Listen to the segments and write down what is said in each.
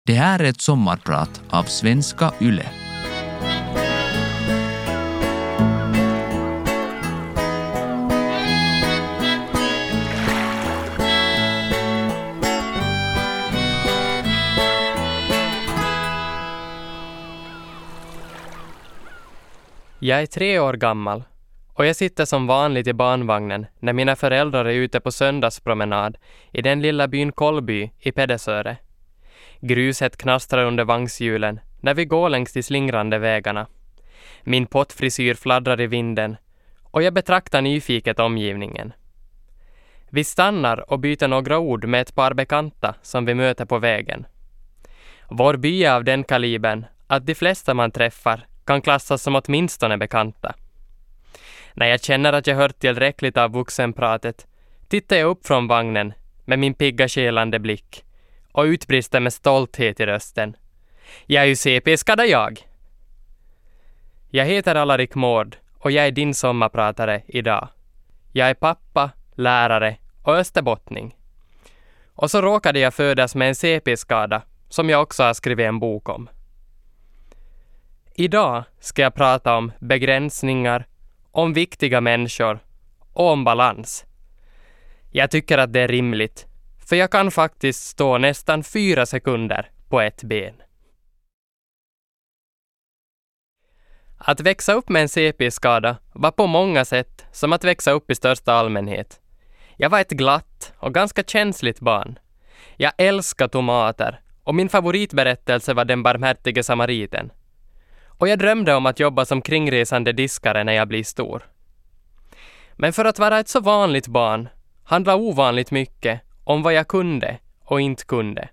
Det här är ett sommarprat av Svenska Yle. Jag är 3 år gammal och jag sitter som vanligt i barnvagnen när mina föräldrar är ute på söndagspromenad i den lilla byn Kolby i Pedersöre. Gruset knastrar under vagnshjulen när vi går längs de slingrande vägarna. Min pottfrisyr fladdrar i vinden och jag betraktar nyfiket omgivningen. Vi stannar och byter några ord med ett par bekanta som vi möter på vägen. Vår by är av den kalibern att de flesta man träffar kan klassas som åtminstone bekanta. När jag känner att jag hört tillräckligt av vuxenpratet tittar jag upp från vagnen med min pigga skelande blick och utbrister med stolthet i rösten. Jag är ju CP-skadad jag! Jag heter Alarik Mård och jag är din sommarpratare idag. Jag är pappa, lärare och österbottning. Och så råkade jag födas med en CP-skada som jag också har skrivit en bok om. Idag ska jag prata om begränsningar, om viktiga människor och om balans. Jag tycker att det är rimligt, för jag kan faktiskt stå nästan 4 sekunder på ett ben. Att växa upp med en CP-skada var på många sätt som att växa upp i största allmänhet. Jag var ett glatt och ganska känsligt barn. Jag älskar tomater och min favoritberättelse var Den barmhärtige samariten. Och jag drömde om att jobba som kringresande diskare när jag blir stor. Men för att vara ett så vanligt barn handlar ovanligt mycket om vad jag kunde och inte kunde.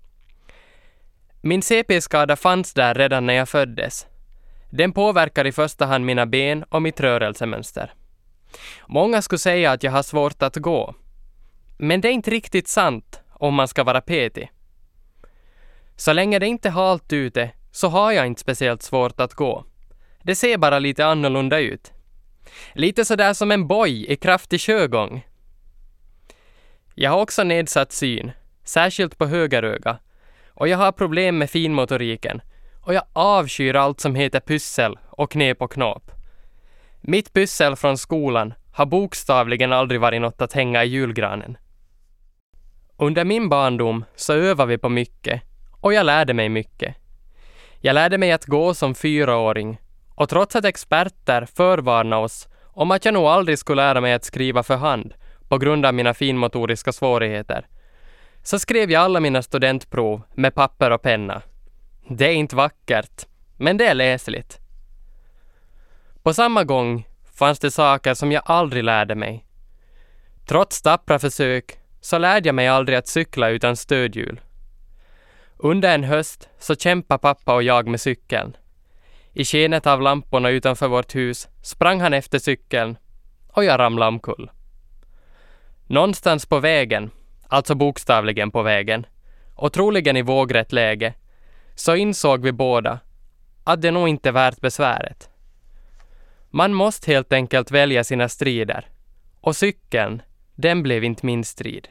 Min CP-skada fanns där redan när jag föddes. Den påverkar i första hand mina ben och mitt rörelsemönster. Många skulle säga att jag har svårt att gå. Men det är inte riktigt sant om man ska vara petig. Så länge det inte är halt ute så har jag inte speciellt svårt att gå. Det ser bara lite annorlunda ut. Lite sådär som en boj i kraftig sjögång. Jag har också nedsatt syn, särskilt på höger öga. Och jag har problem med finmotoriken. Och jag avskyr allt som heter pussel och knep och knåp. Mitt pussel från skolan har bokstavligen aldrig varit något att hänga i julgranen. Under min barndom så övade vi på mycket. Och jag lärde mig mycket. Jag lärde mig att gå som 4-åring. Och trots att experter förvarnade oss om att jag nog aldrig skulle lära mig att skriva för hand på grund av mina finmotoriska svårigheter, så skrev jag alla mina studentprov med papper och penna. Det är inte vackert, men det är läsligt. På samma gång fanns det saker som jag aldrig lärde mig. Trots tappra försök så lärde jag mig aldrig att cykla utan stödhjul. Under en höst så kämpade pappa och jag med cykeln. I skenet av lamporna utanför vårt hus sprang han efter cykeln och jag ramlade omkull. Någonstans på vägen, alltså bokstavligen på vägen, och troligen i vågrätt läge, så insåg vi båda att det nog inte är värt besväret. Man måste helt enkelt välja sina strider, och cykeln, den blev inte min strid.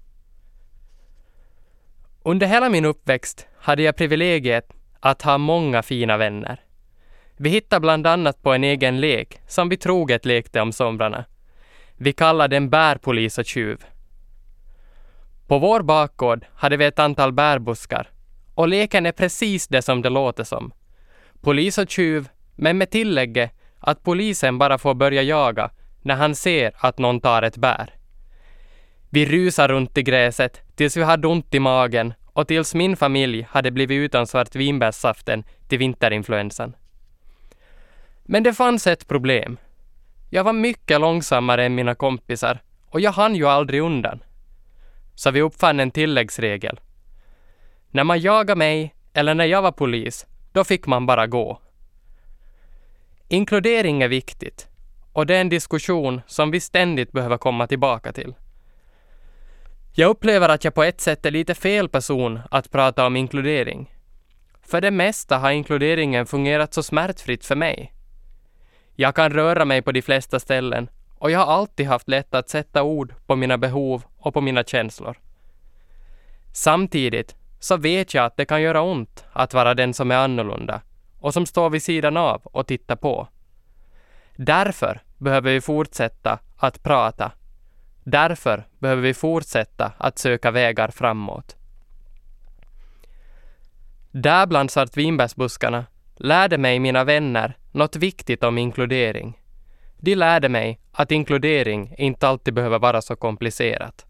Under hela min uppväxt hade jag privilegiet att ha många fina vänner. Vi hittade bland annat på en egen lek som vi troget lekte om somrarna. Vi kallade den bärpolis och tjuv. På vår bakgård hade vi ett antal bärbuskar och leken är precis det som det låter som. Polis och tjuv, men med tillägget att polisen bara får börja jaga när han ser att någon tar ett bär. Vi rusar runt i gräset tills vi hade ont i magen och tills min familj hade blivit utan svartvinbärssaften till vinterinfluensan. Men det fanns ett problem. Jag var mycket långsammare än mina kompisar och jag hann ju aldrig undan. Så vi uppfann en tilläggsregel. När man jagade mig eller när jag var polis, då fick man bara gå. Inkludering är viktigt och det är en diskussion som vi ständigt behöver komma tillbaka till. Jag upplever att jag på ett sätt är lite fel person att prata om inkludering. För det mesta har inkluderingen fungerat så smärtfritt för mig. Jag kan röra mig på de flesta ställen och jag har alltid haft lätt att sätta ord på mina behov och på mina känslor. Samtidigt så vet jag att det kan göra ont att vara den som är annorlunda och som står vid sidan av och tittar på. Därför behöver vi fortsätta att prata. Därför behöver vi fortsätta att söka vägar framåt. Där bland svartvinbärsbuskarna lärde mig mina vänner något viktigt om inkludering. De lärde mig att inkludering inte alltid behöver vara så komplicerat.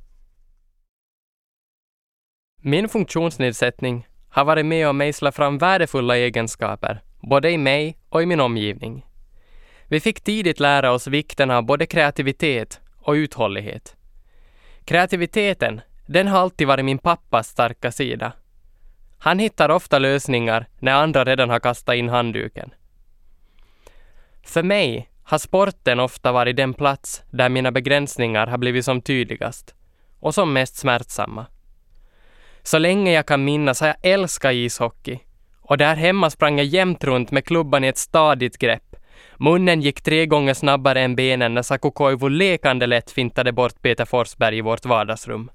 Min funktionsnedsättning har varit med och mejsla fram värdefulla egenskaper, både i mig och i min omgivning. Vi fick tidigt lära oss vikten av både kreativitet och uthållighet. Kreativiteten, den har alltid varit min pappas starka sida. Han hittar ofta lösningar när andra redan har kastat in handduken. För mig har sporten ofta varit den plats där mina begränsningar har blivit som tydligast och som mest smärtsamma. Så länge jag kan minnas har jag älskat ishockey och där hemma sprang jag jämt runt med klubban i ett stadigt grepp. Munnen gick 3 gånger snabbare än benen när Saku Koivu lekande lätt fintade bort Peter Forsberg i vårt vardagsrum.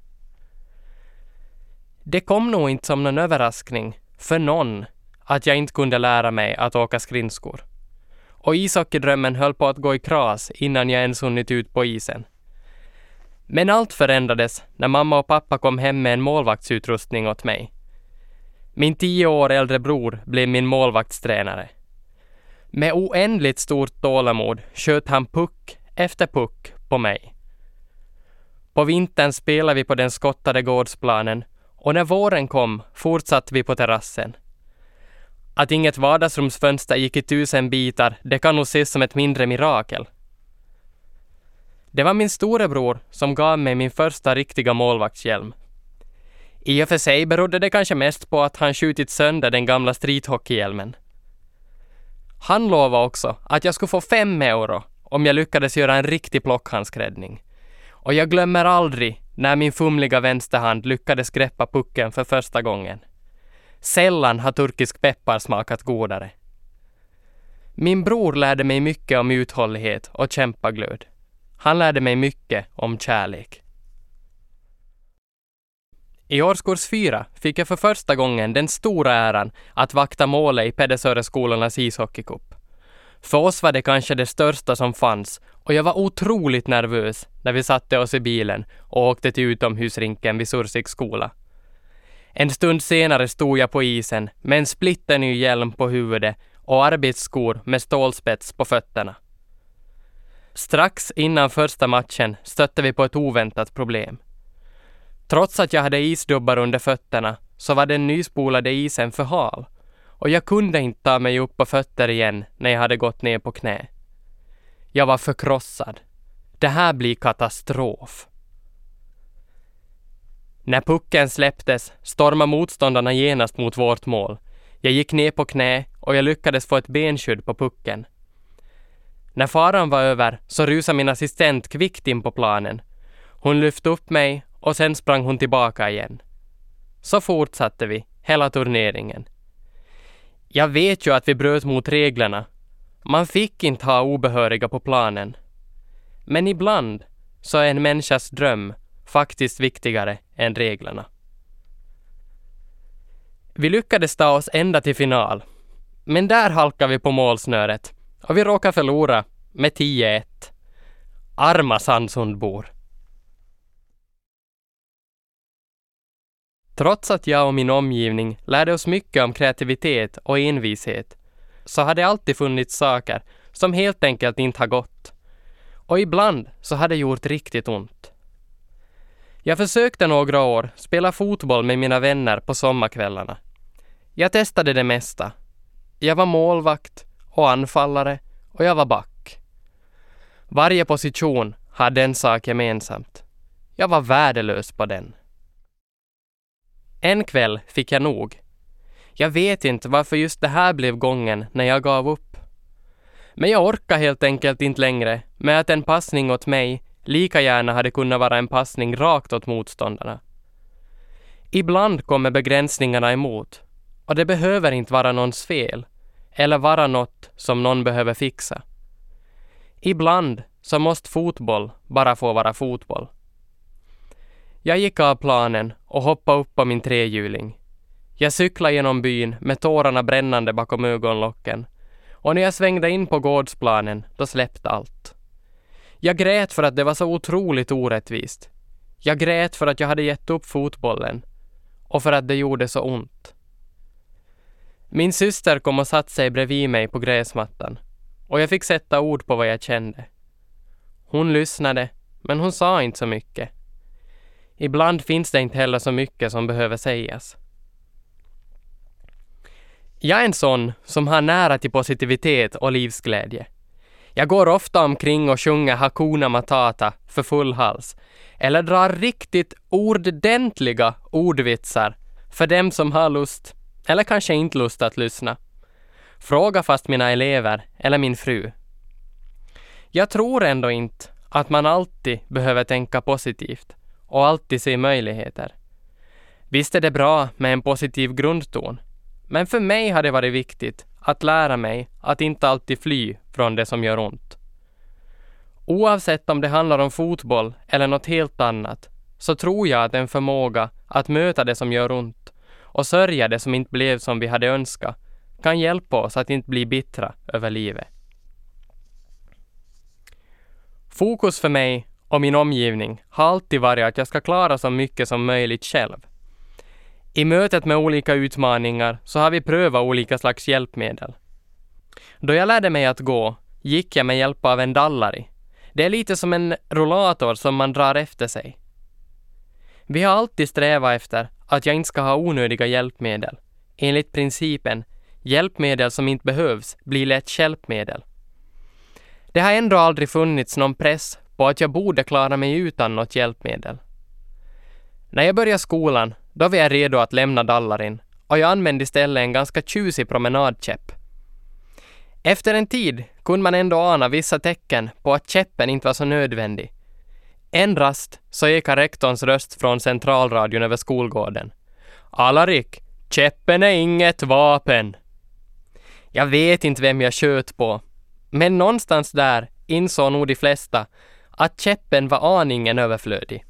Det kom nog inte som någon överraskning för någon att jag inte kunde lära mig att åka skridskor. Och ishockeydrömmen höll på att gå i kras innan jag ens hunnit ut på isen. Men allt förändrades när mamma och pappa kom hem med en målvaktsutrustning åt mig. Min 10 år äldre bror blev min målvaktstränare. Med oändligt stort tålamod sköt han puck efter puck på mig. På vintern spelade vi på den skottade gårdsplanen och när våren kom fortsatte vi på terrassen. Att inget vardagsrumsfönster gick i 1000 bitar, det kan nog ses som ett mindre mirakel. Det var min storebror som gav mig min första riktiga målvaktshjälm. I och för sig berodde det kanske mest på att han skjutit sönder den gamla streethockeyhjälmen. Han lovade också att jag skulle få 5 euro om jag lyckades göra en riktig plockhandsräddning. Och jag glömmer aldrig när min fumliga vänsterhand lyckades greppa pucken för första gången. Sällan har turkisk peppar smakat godare. Min bror lärde mig mycket om uthållighet och kämpaglöd. Han lärde mig mycket om kärlek. I årskurs 4 fick jag för första gången den stora äran att vakta målet i Pedersöreskolornas ishockeycup. För oss var det kanske det största som fanns och jag var otroligt nervös när vi satte oss i bilen och åkte till utomhusrinken vid Sursiks skola. En stund senare stod jag på isen med en splitterny hjälm på huvudet och arbetsskor med stålspets på fötterna. Strax innan första matchen stötte vi på ett oväntat problem. Trots att jag hade isdubbar under fötterna så var den nyspolade isen för hal och jag kunde inte ta mig upp på fötter igen när jag hade gått ner på knä. Jag var förkrossad. Det här blir katastrof. När pucken släpptes stormade motståndarna genast mot vårt mål. Jag gick ner på knä och jag lyckades få ett benskydd på pucken. När faran var över så rusade min assistent kvickt in på planen. Hon lyfte upp mig och sen sprang hon tillbaka igen. Så fortsatte vi hela turneringen. Jag vet ju att vi bröt mot reglerna. Man fick inte ha obehöriga på planen. Men ibland så är en människas dröm faktiskt viktigare än reglerna. Vi lyckades ta oss ända till final. Men där halkade vi på målsnöret och vi råkade förlora med 10-1. Arma Sandsundbor. Trots att jag och min omgivning lärde oss mycket om kreativitet och envishet så hade det alltid funnits saker som helt enkelt inte har gått. Och ibland så hade det gjort riktigt ont. Jag försökte några år spela fotboll med mina vänner på sommarkvällarna. Jag testade det mesta. Jag var målvakt och anfallare och jag var back. Varje position hade en sak gemensamt. Jag var värdelös på den. En kväll fick jag nog. Jag vet inte varför just det här blev gången när jag gav upp. Men jag orkar helt enkelt inte längre med att en passning åt mig lika gärna hade kunnat vara en passning rakt åt motståndarna. Ibland kommer begränsningarna emot och det behöver inte vara någons fel eller vara något som någon behöver fixa. Ibland så måste fotboll bara få vara fotboll. Jag gick av planen och hoppade upp på min trehjuling. Jag cyklade genom byn med tårarna brännande bakom ögonlocken. Och när jag svängde in på gårdsplanen, då släppte allt. Jag grät för att det var så otroligt orättvist. Jag grät för att jag hade gett upp fotbollen. Och för att det gjorde så ont. Min syster kom och satt sig bredvid mig på gräsmattan. Och jag fick sätta ord på vad jag kände. Hon lyssnade, men hon sa inte så mycket. Ibland finns det inte heller så mycket som behöver sägas. Jag är en sån som har nära till positivitet och livsglädje. Jag går ofta omkring och sjunger Hakuna Matata för full hals. Eller drar riktigt ordentliga ordvitsar för dem som har lust, eller kanske inte lust att lyssna. Fråga fast mina elever eller min fru. Jag tror ändå inte att man alltid behöver tänka positivt och alltid se möjligheter. Visst är det bra med en positiv grundton, men för mig har det varit viktigt att lära mig att inte alltid fly från det som gör ont. Oavsett om det handlar om fotboll eller något helt annat, så tror jag att en förmåga att möta det som gör ont och sörja det som inte blev som vi hade önskat kan hjälpa oss att inte bli bittra över livet. Fokus för mig och min omgivning har alltid varit att jag ska klara så mycket som möjligt själv. I mötet med olika utmaningar så har vi prövat olika slags hjälpmedel. Då jag lärde mig att gå gick jag med hjälp av en dallari. Det är lite som en rollator som man drar efter sig. Vi har alltid strävat efter att jag inte ska ha onödiga hjälpmedel. Enligt principen, hjälpmedel som inte behövs blir lätt hjälpmedel. Det har ändå aldrig funnits någon press på att jag borde klara mig utan något hjälpmedel. När jag började skolan, då var jag redo att lämna dallarin och jag använde istället en ganska tjusig promenadkäpp. Efter en tid kunde man ändå ana vissa tecken på att käppen inte var så nödvändig. En rast så ekade rektorns röst från centralradion över skolgården. Alarik, käppen är inget vapen. Jag vet inte vem jag sköt på, men någonstans där insåg nog de flesta att käppen var aningen överflödig.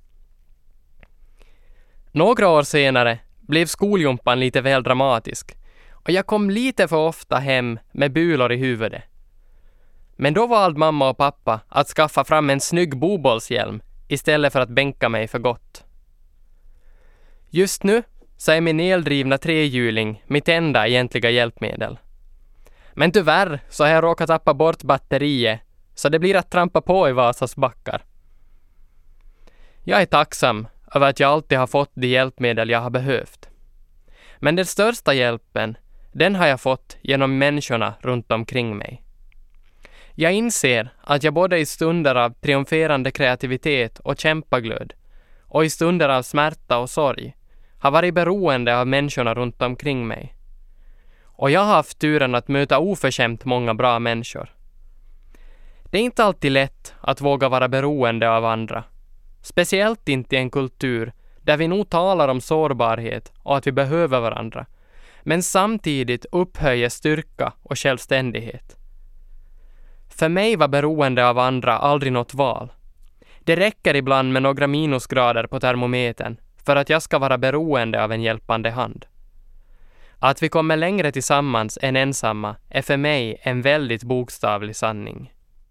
Några år senare blev skoljumpan lite väl dramatisk och jag kom lite för ofta hem med bulor i huvudet. Men då valde mamma och pappa att skaffa fram en snygg bobollshjälm istället för att bänka mig för gott. Just nu så är min eldrivna trehjuling mitt enda egentliga hjälpmedel. Men tyvärr så har jag råkat tappa bort batteriet så det blir att trampa på i Vasas backar. Jag är tacksam över att jag alltid har fått de hjälpmedel jag har behövt. Men den största hjälpen, den har jag fått genom människorna runt omkring mig. Jag inser att jag både i stunder av triumferande kreativitet och kämpaglöd och i stunder av smärta och sorg har varit beroende av människorna runt omkring mig. Och jag har haft turen att möta oförskämt många bra människor. Det är inte alltid lätt att våga vara beroende av andra. Speciellt inte i en kultur där vi nog talar om sårbarhet och att vi behöver varandra. Men samtidigt upphöjer styrka och självständighet. För mig var beroende av andra aldrig något val. Det räcker ibland med några minusgrader på termometern för att jag ska vara beroende av en hjälpande hand. Att vi kommer längre tillsammans än ensamma är för mig en väldigt bokstavlig sanning.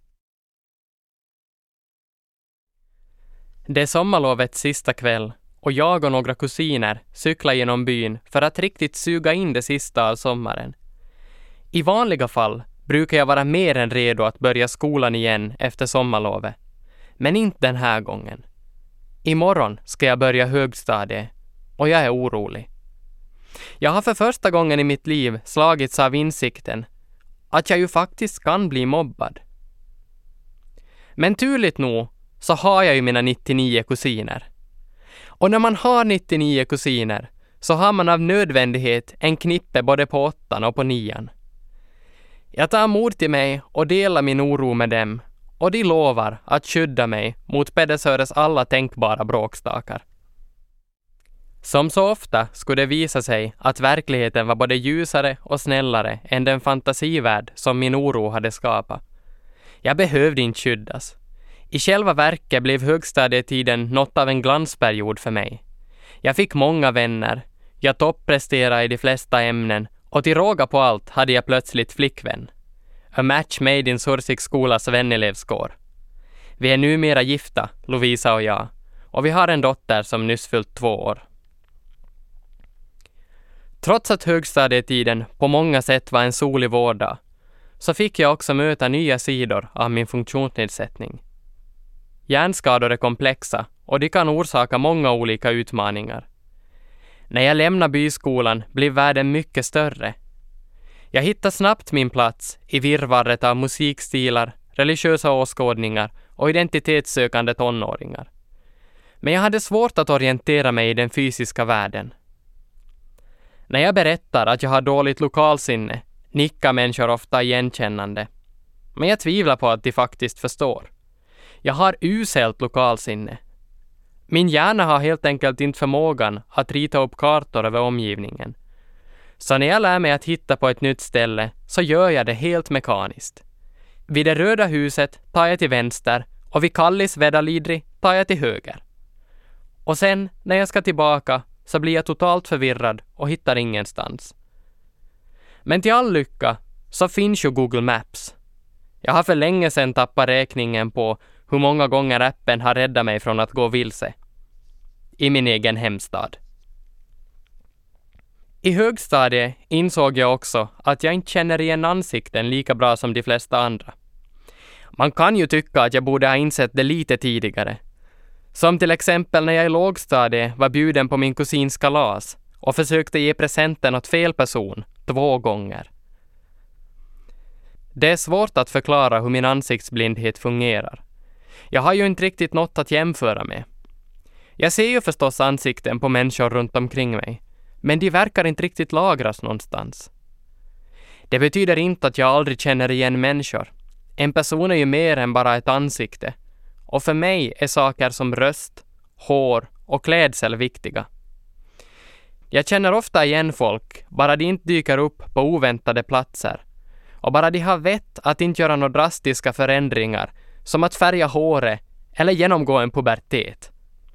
Det är sommarlovets sista kväll och jag och några kusiner cyklar genom byn för att riktigt suga in det sista av sommaren. I vanliga fall brukar jag vara mer än redo att börja skolan igen efter sommarlovet. Men inte den här gången. Imorgon ska jag börja högstadiet och jag är orolig. Jag har för första gången i mitt liv slagits av insikten att jag ju faktiskt kan bli mobbad. Men turligt nog så har jag ju mina 99 kusiner. Och när man har 99 kusiner så har man av nödvändighet en knippe både på 8:an och på 9:an. Jag tar mod till mig och delar min oro med dem och de lovar att skydda mig mot Pedersöres alla tänkbara bråkstakar. Som så ofta skulle det visa sig att verkligheten var både ljusare och snällare än den fantasivärld som min oro hade skapat. Jag behövde inte skyddas. I själva verket blev högstadietiden något av en glansperiod för mig. Jag fick många vänner. Jag toppresterade i de flesta ämnen och till råga på allt hade jag plötsligt flickvän. A match made in Sursikskolas vänelevskår. Vi är numera gifta, Lovisa och jag, och vi har en dotter som nyss fyllt 2 år. Trots att högstadietiden på många sätt var en solig vårdag så fick jag också möta nya sidor av min funktionsnedsättning. Hjärnskador är komplexa och de kan orsaka många olika utmaningar. När jag lämnade byskolan blev världen mycket större. Jag hittade snabbt min plats i virrvarret av musikstilar, religiösa åskådningar och identitetssökande tonåringar. Men jag hade svårt att orientera mig i den fysiska världen. När jag berättar att jag har dåligt lokalsinne nickar människor ofta igenkännande. Men jag tvivlar på att de faktiskt förstår. Jag har uselt lokalsinne. Min hjärna har helt enkelt inte förmågan att rita upp kartor över omgivningen. Så när jag lär mig att hitta på ett nytt ställe så gör jag det helt mekaniskt. Vid det röda huset tar jag till vänster och vid Kallis Vedalidri tar jag till höger. Och sen när jag ska tillbaka så blir jag totalt förvirrad och hittar ingenstans. Men till all lycka så finns ju Google Maps. Jag har för länge sedan tappat räkningen på hur många gånger appen har räddat mig från att gå vilse. I min egen hemstad. I högstadiet insåg jag också att jag inte känner igen ansikten lika bra som de flesta andra. Man kan ju tycka att jag borde ha insett det lite tidigare. Som till exempel när jag i lågstadiet var bjuden på min kusins kalas och försökte ge presenten åt fel person 2 gånger. Det är svårt att förklara hur min ansiktsblindhet fungerar. Jag har ju inte riktigt något att jämföra med. Jag ser ju förstås ansikten på människor runt omkring mig, men de verkar inte riktigt lagras någonstans. Det betyder inte att jag aldrig känner igen människor. En person är ju mer än bara ett ansikte. Och för mig är saker som röst, hår och klädsel viktiga. Jag känner ofta igen folk, bara de inte dyker upp på oväntade platser. Och bara de har vett att inte göra några drastiska förändringar, som att färga håret eller genomgå en pubertet.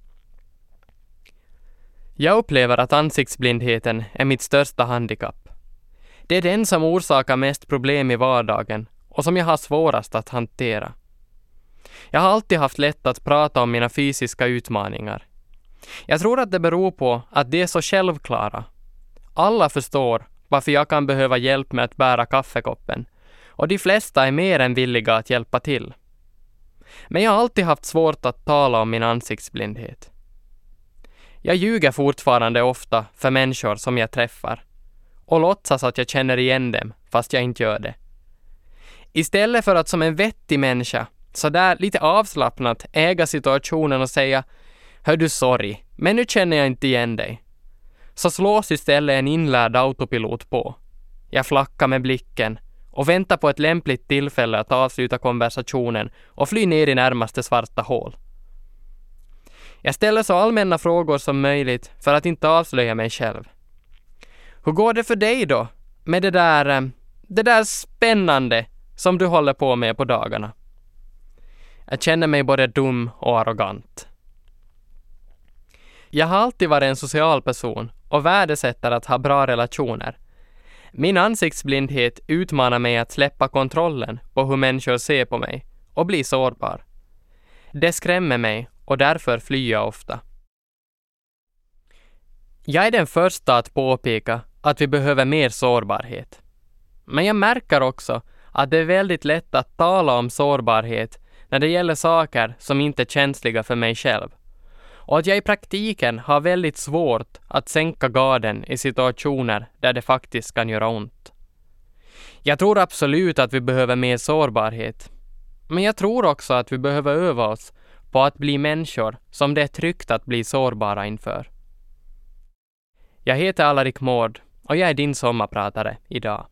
Jag upplever att ansiktsblindheten är mitt största handikapp. Det är den som orsakar mest problem i vardagen och som jag har svårast att hantera. Jag har alltid haft lätt att prata om mina fysiska utmaningar. Jag tror att det beror på att de är så självklara. Alla förstår varför jag kan behöva hjälp med att bära kaffekoppen och de flesta är mer än villiga att hjälpa till. Men jag har alltid haft svårt att tala om min ansiktsblindhet. Jag ljuger fortfarande ofta för människor som jag träffar och låtsas att jag känner igen dem fast jag inte gör det. Istället för att som en vettig människa så där lite avslappnat äga situationen och säga "Hör du, sorry, men nu känner jag inte igen dig." Så slås istället en inlärd autopilot på. Jag flackar med blicken och väntar på ett lämpligt tillfälle att avsluta konversationen och fly ner i närmaste svarta hål. Jag ställer så allmänna frågor som möjligt för att inte avslöja mig själv. Hur går det för dig då med det där spännande som du håller på med på dagarna? Jag känner mig både dum och arrogant. Jag har alltid varit en social person och värdesätter att ha bra relationer. Min ansiktsblindhet utmanar mig att släppa kontrollen på hur människor ser på mig och bli sårbar. Det skrämmer mig och därför flyr jag ofta. Jag är den första att påpeka att vi behöver mer sårbarhet. Men jag märker också att det är väldigt lätt att tala om sårbarhet när det gäller saker som inte är känsliga för mig själv. Och att jag i praktiken har väldigt svårt att sänka garden i situationer där det faktiskt kan göra ont. Jag tror absolut att vi behöver mer sårbarhet. Men jag tror också att vi behöver öva oss på att bli människor som det är tryggt att bli sårbara inför. Jag heter Alarik Mård och jag är din sommarpratare idag.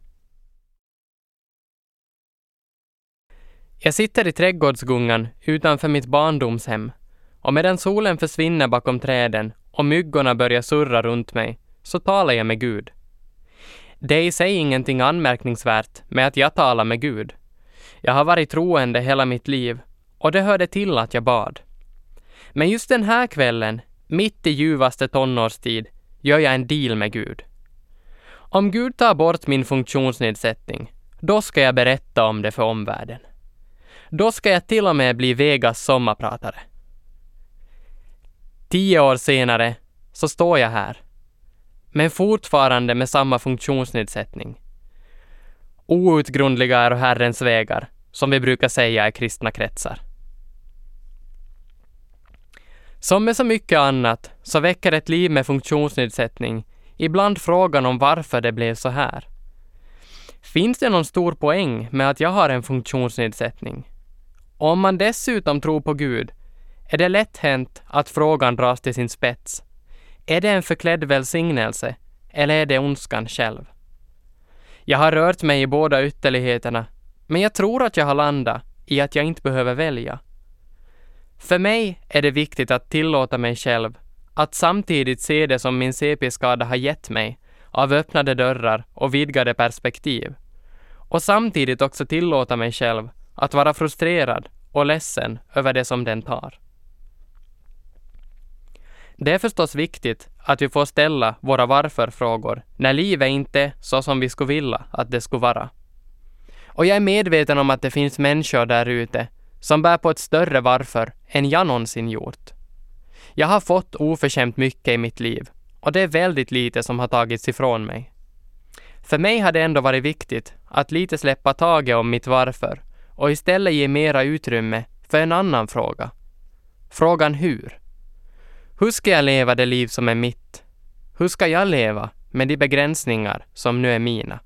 Jag sitter i trädgårdsgungan utanför mitt barndomshem och medan solen försvinner bakom träden och myggorna börjar surra runt mig så talar jag med Gud. Det är i sig ingenting anmärkningsvärt med att jag talar med Gud. Jag har varit troende hela mitt liv och det hörde till att jag bad. Men just den här kvällen, mitt i ljuvaste tonårstid, gör jag en deal med Gud. Om Gud tar bort min funktionsnedsättning, då ska jag berätta om det för omvärlden. Då ska jag till och med bli Vegas sommarpratare. 10 år senare så står jag här, men fortfarande med samma funktionsnedsättning. Outgrundliga är Herrens vägar, som vi brukar säga i kristna kretsar. Som med så mycket annat så väcker ett liv med funktionsnedsättning ibland frågan om varför det blev så här. Finns det någon stor poäng med att jag har en funktionsnedsättning? Om man dessutom tror på Gud är det lätt hänt att frågan dras till sin spets. Är det en förklädd välsignelse eller är det ondskan själv? Jag har rört mig i båda ytterligheterna, men jag tror att jag har landat i att jag inte behöver välja. För mig är det viktigt att tillåta mig själv att samtidigt se det som min CP-skada har gett mig av öppnade dörrar och vidgade perspektiv. Och samtidigt också tillåta mig själv att vara frustrerad och ledsen över det som den tar. Det är förstås viktigt att vi får ställa våra varför-frågor när livet inte är så som vi skulle vilja att det skulle vara. Och jag är medveten om att det finns människor där ute som bär på ett större varför än jag någonsin gjort. Jag har fått oförtjänt mycket i mitt liv och det är väldigt lite som har tagits ifrån mig. För mig har det ändå varit viktigt att lite släppa taget om mitt varför och istället ge mera utrymme för en annan fråga. Frågan hur? Hur ska jag leva det liv som är mitt? Hur ska jag leva med de begränsningar som nu är mina?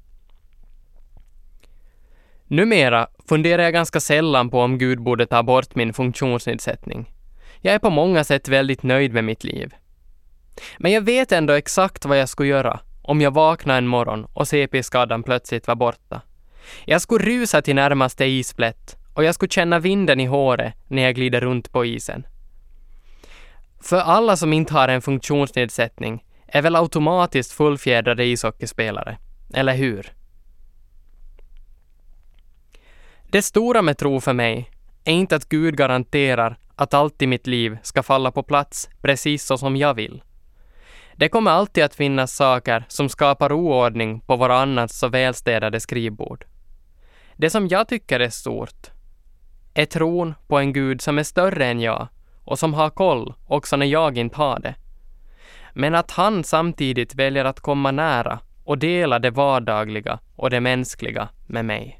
Numera funderar jag ganska sällan på om Gud borde ta bort min funktionsnedsättning. Jag är på många sätt väldigt nöjd med mitt liv. Men jag vet ändå exakt vad jag skulle göra om jag vaknade en morgon och CP-skadan plötsligt var borta. Jag skulle rusa till närmaste isplätt och jag skulle känna vinden i håret när jag glider runt på isen. För alla som inte har en funktionsnedsättning är väl automatiskt fullfjädrade ishockeyspelare, eller hur? Det stora med tro för mig är inte att Gud garanterar att allt i mitt liv ska falla på plats precis så som jag vill. Det kommer alltid att finnas saker som skapar oordning på våra annars så välstädade skrivbord. Det som jag tycker är stort är tron på en Gud som är större än jag och som har koll också när jag inte har det. Men att han samtidigt väljer att komma nära och dela det vardagliga och det mänskliga med mig.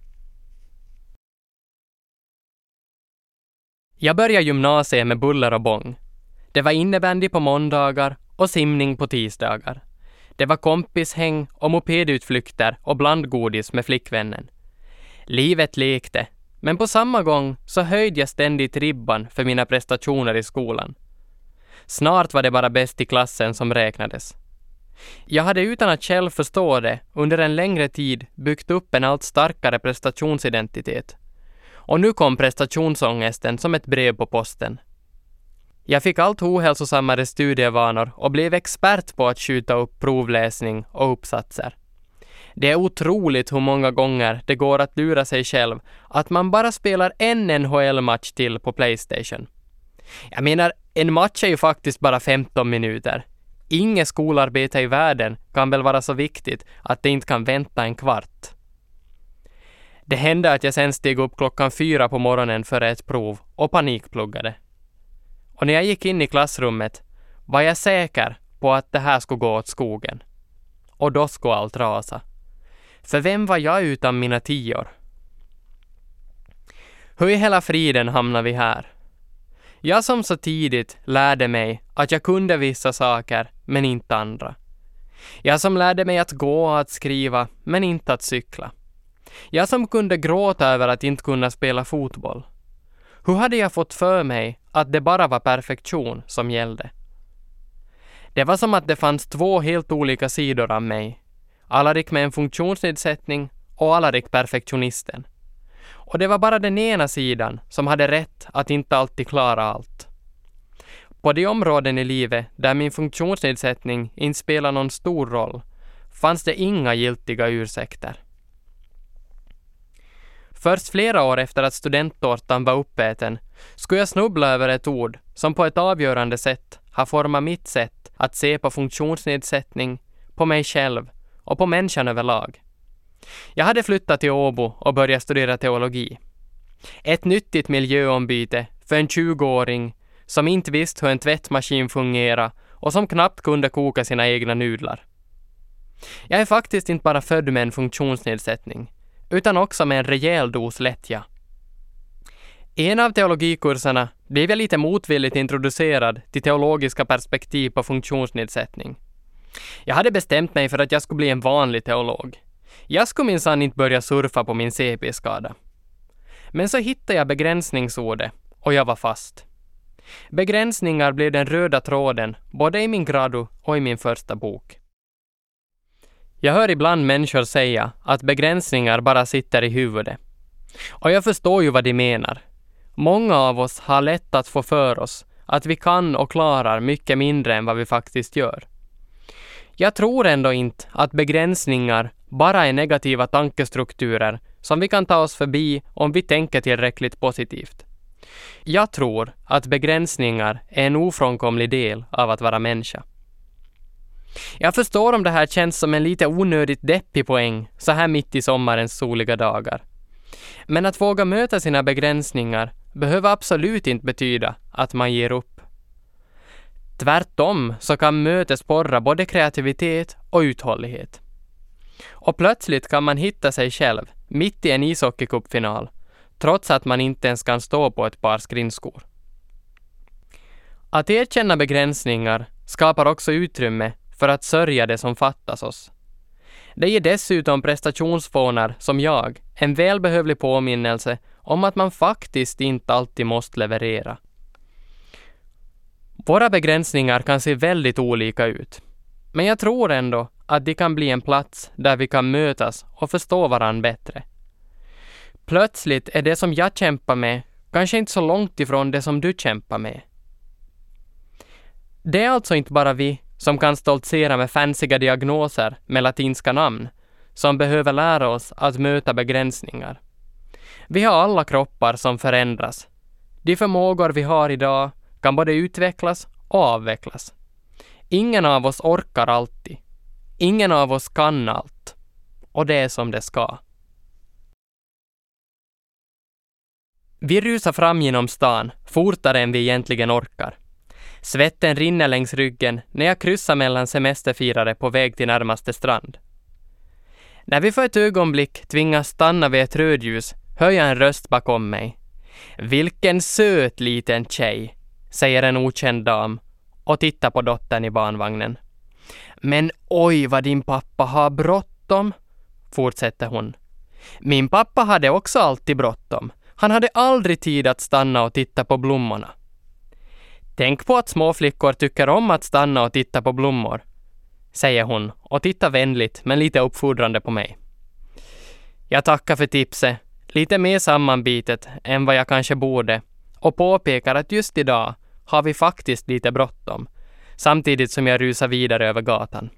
Jag började gymnasiet med buller och bång. Det var innebandy på måndagar och simning på tisdagar. Det var kompishäng och mopedutflykter och blandgodis med flickvännen. Livet lekte, men på samma gång så höjde jag ständigt ribban för mina prestationer i skolan. Snart var det bara bäst i klassen som räknades. Jag hade utan att själv förstå det under en längre tid byggt upp en allt starkare prestationsidentitet. Och nu kom prestationsångesten som ett brev på posten. Jag fick allt ohälsosammare studievanor och blev expert på att skjuta upp provläsning och uppsatser. Det är otroligt hur många gånger det går att lura sig själv att man bara spelar en NHL-match till på PlayStation. Jag menar, en match är ju faktiskt bara 15 minuter. Inget skolarbete i världen kan väl vara så viktigt att det inte kan vänta en kvart. Det hände att jag sen steg upp 4:00 på morgonen före ett prov och panikpluggade. Och när jag gick in i klassrummet var jag säker på att det här skulle gå åt skogen. Och då skulle allt rasa. För vem var jag utan mina 10 år? Hur i hela friden hamnade vi här? Jag som så tidigt lärde mig att jag kunde vissa saker men inte andra. Jag som lärde mig att gå och att skriva men inte att cykla. Jag som kunde gråta över att inte kunna spela fotboll. Hur hade jag fått för mig att det bara var perfektion som gällde? Det var som att det fanns 2 helt olika sidor av mig. Alarik med en funktionsnedsättning och Alarik perfektionisten. Och det var bara den ena sidan som hade rätt att inte alltid klara allt. På de områden i livet där min funktionsnedsättning inte spelar någon stor roll fanns det inga giltiga ursäkter. Först flera år efter att studenttårtan var uppäten skulle jag snubbla över ett ord som på ett avgörande sätt har format mitt sätt att se på funktionsnedsättning, på mig själv och på människan överlag. Jag hade flyttat till Åbo och börjat studera teologi. Ett nyttigt miljöombyte för en 20-åring som inte visste hur en tvättmaskin fungerar och som knappt kunde koka sina egna nudlar. Jag är faktiskt inte bara född med en funktionsnedsättning, utan också med en rejäl dos lättja. I en av teologikurserna blev jag lite motvilligt introducerad till teologiska perspektiv på funktionsnedsättning. Jag hade bestämt mig för att jag skulle bli en vanlig teolog. Jag skulle minsann inte börja surfa på min CP-skada. Men så hittade jag begränsningsordet och jag var fast. Begränsningar blev den röda tråden både i min gradu och i min första bok. Jag hör ibland människor säga att begränsningar bara sitter i huvudet. Och jag förstår ju vad de menar. Många av oss har lätt att få för oss att vi kan och klarar mycket mindre än vad vi faktiskt gör. Jag tror ändå inte att begränsningar bara är negativa tankestrukturer som vi kan ta oss förbi om vi tänker tillräckligt positivt. Jag tror att begränsningar är en ofrånkomlig del av att vara människa. Jag förstår om det här känns som en lite onödigt deppig poäng så här mitt i sommarens soliga dagar. Men att våga möta sina begränsningar behöver absolut inte betyda att man ger upp. Tvärtom så kan mötet sporra både kreativitet och uthållighet. Och plötsligt kan man hitta sig själv mitt i en ishockeykupfinal, trots att man inte ens kan stå på ett par skridskor. Att erkänna begränsningar skapar också utrymme för att sörja det som fattas oss. Det ger dessutom prestationsfånar som jag en välbehövlig påminnelse om att man faktiskt inte alltid måste leverera. Våra begränsningar kan se väldigt olika ut, men jag tror ändå att de kan bli en plats där vi kan mötas och förstå varandra bättre. Plötsligt är det som jag kämpar med kanske inte så långt ifrån det som du kämpar med. Det är alltså inte bara vi som kan stoltsera med fansiga diagnoser med latinska namn som behöver lära oss att möta begränsningar. Vi har alla kroppar som förändras. De förmågor vi har idag kan både utvecklas och avvecklas. Ingen av oss orkar alltid. Ingen av oss kan allt. Och det är som det ska. Vi rusar fram genom stan, fortare än vi egentligen orkar. Svetten rinner längs ryggen när jag kryssar mellan semesterfirare på väg till närmaste strand. När vi för ett ögonblick tvingas stanna vid ett rödljus hör jag en röst bakom mig. Vilken söt liten tjej, säger en okänd dam och tittar på dottern i barnvagnen. Men oj vad din pappa har bråttom, fortsätter hon. Min pappa hade också alltid bråttom. Han hade aldrig tid att stanna och titta på blommorna. Tänk på att småflickor tycker om att stanna och titta på blommor, säger hon och tittar vänligt men lite uppfordrande på mig. Jag tackar för tipset, lite mer sammanbitet än vad jag kanske borde, och påpekar att just idag har vi faktiskt lite bråttom, samtidigt som jag rusar vidare över gatan.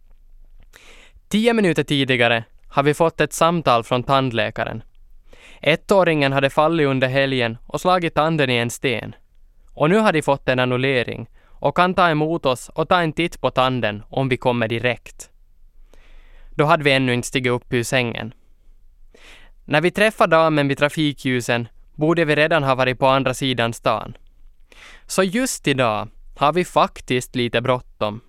10 minuter tidigare har vi fått ett samtal från tandläkaren. 1-åringen hade fallit under helgen och slagit tanden i en sten. Och nu har de fått en annullering och kan ta emot oss och ta en titt på tanden om vi kommer direkt. Då hade vi ännu inte stigit upp ur sängen. När vi träffade damen vid trafikljusen borde vi redan ha varit på andra sidan stan. Så just idag har vi faktiskt lite bråttom.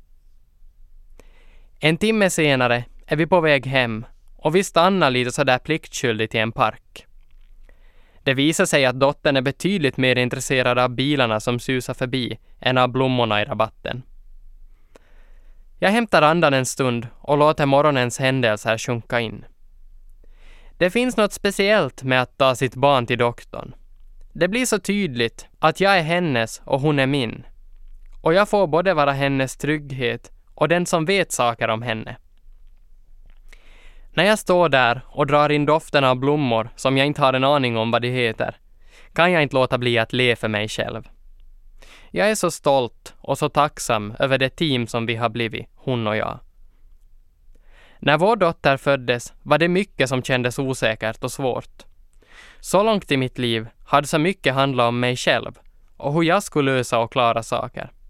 En timme senare är vi på väg hem och vi stannar lite så där pliktskyldigt i en park. Det visar sig att dottern är betydligt mer intresserad av bilarna som susar förbi än av blommorna i rabatten. Jag hämtar andan en stund och låter morgonens händelser sjunka in. Det finns något speciellt med att ta sitt barn till doktorn. Det blir så tydligt att jag är hennes och hon är min. Och jag får både vara hennes trygghet och den som vet saker om henne. När jag står där och drar in doften av blommor som jag inte har en aning om vad de heter, kan jag inte låta bli att le för mig själv. Jag är så stolt och så tacksam över det team som vi har blivit, hon och jag. När vår dotter föddes var det mycket som kändes osäkert och svårt. Så långt i mitt liv hade så mycket handlat om mig själv och hur jag skulle lösa och klara saker.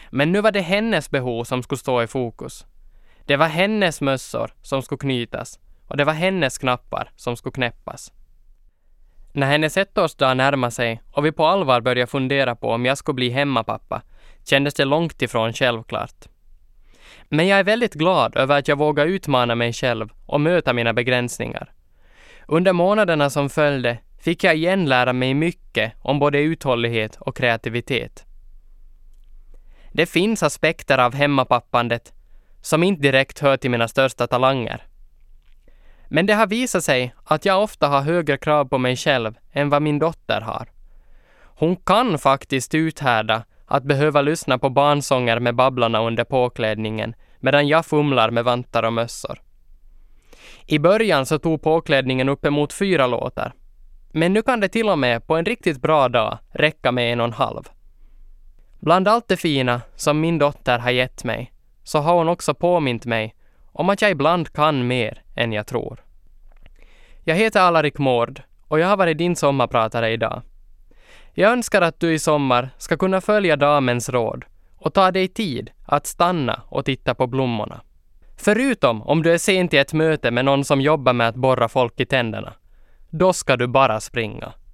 Men nu var det hennes behov som skulle stå i fokus. Det var hennes mössor som skulle knytas och det var hennes knappar som skulle knäppas. När hennes 1-årsdag närmade sig och vi på allvar började fundera på om jag skulle bli hemmapappa kändes det långt ifrån självklart. Men jag är väldigt glad över att jag vågar utmana mig själv och möta mina begränsningar. Under månaderna som följde fick jag igen lära mig mycket om både uthållighet och kreativitet. Det finns aspekter av hemmapappandet som inte direkt hör till mina största talanger. Men det har visat sig att jag ofta har högre krav på mig själv än vad min dotter har. Hon kan faktiskt uthärda att behöva lyssna på barnsånger med babblarna under påklädningen medan jag fumlar med vantar och mössor. I början så tog påklädningen uppemot 4 låtar. Men nu kan det till och med på en riktigt bra dag räcka med 1,5. Bland allt det fina som min dotter har gett mig så har hon också påmint mig om att jag ibland kan mer än jag tror. Jag heter Alarik Mård och jag har varit din sommarpratare idag. Jag önskar att du i sommar ska kunna följa damens råd och ta dig tid att stanna och titta på blommorna. Förutom om du är sent i ett möte med någon som jobbar med att borra folk i tänderna. Då ska du bara springa.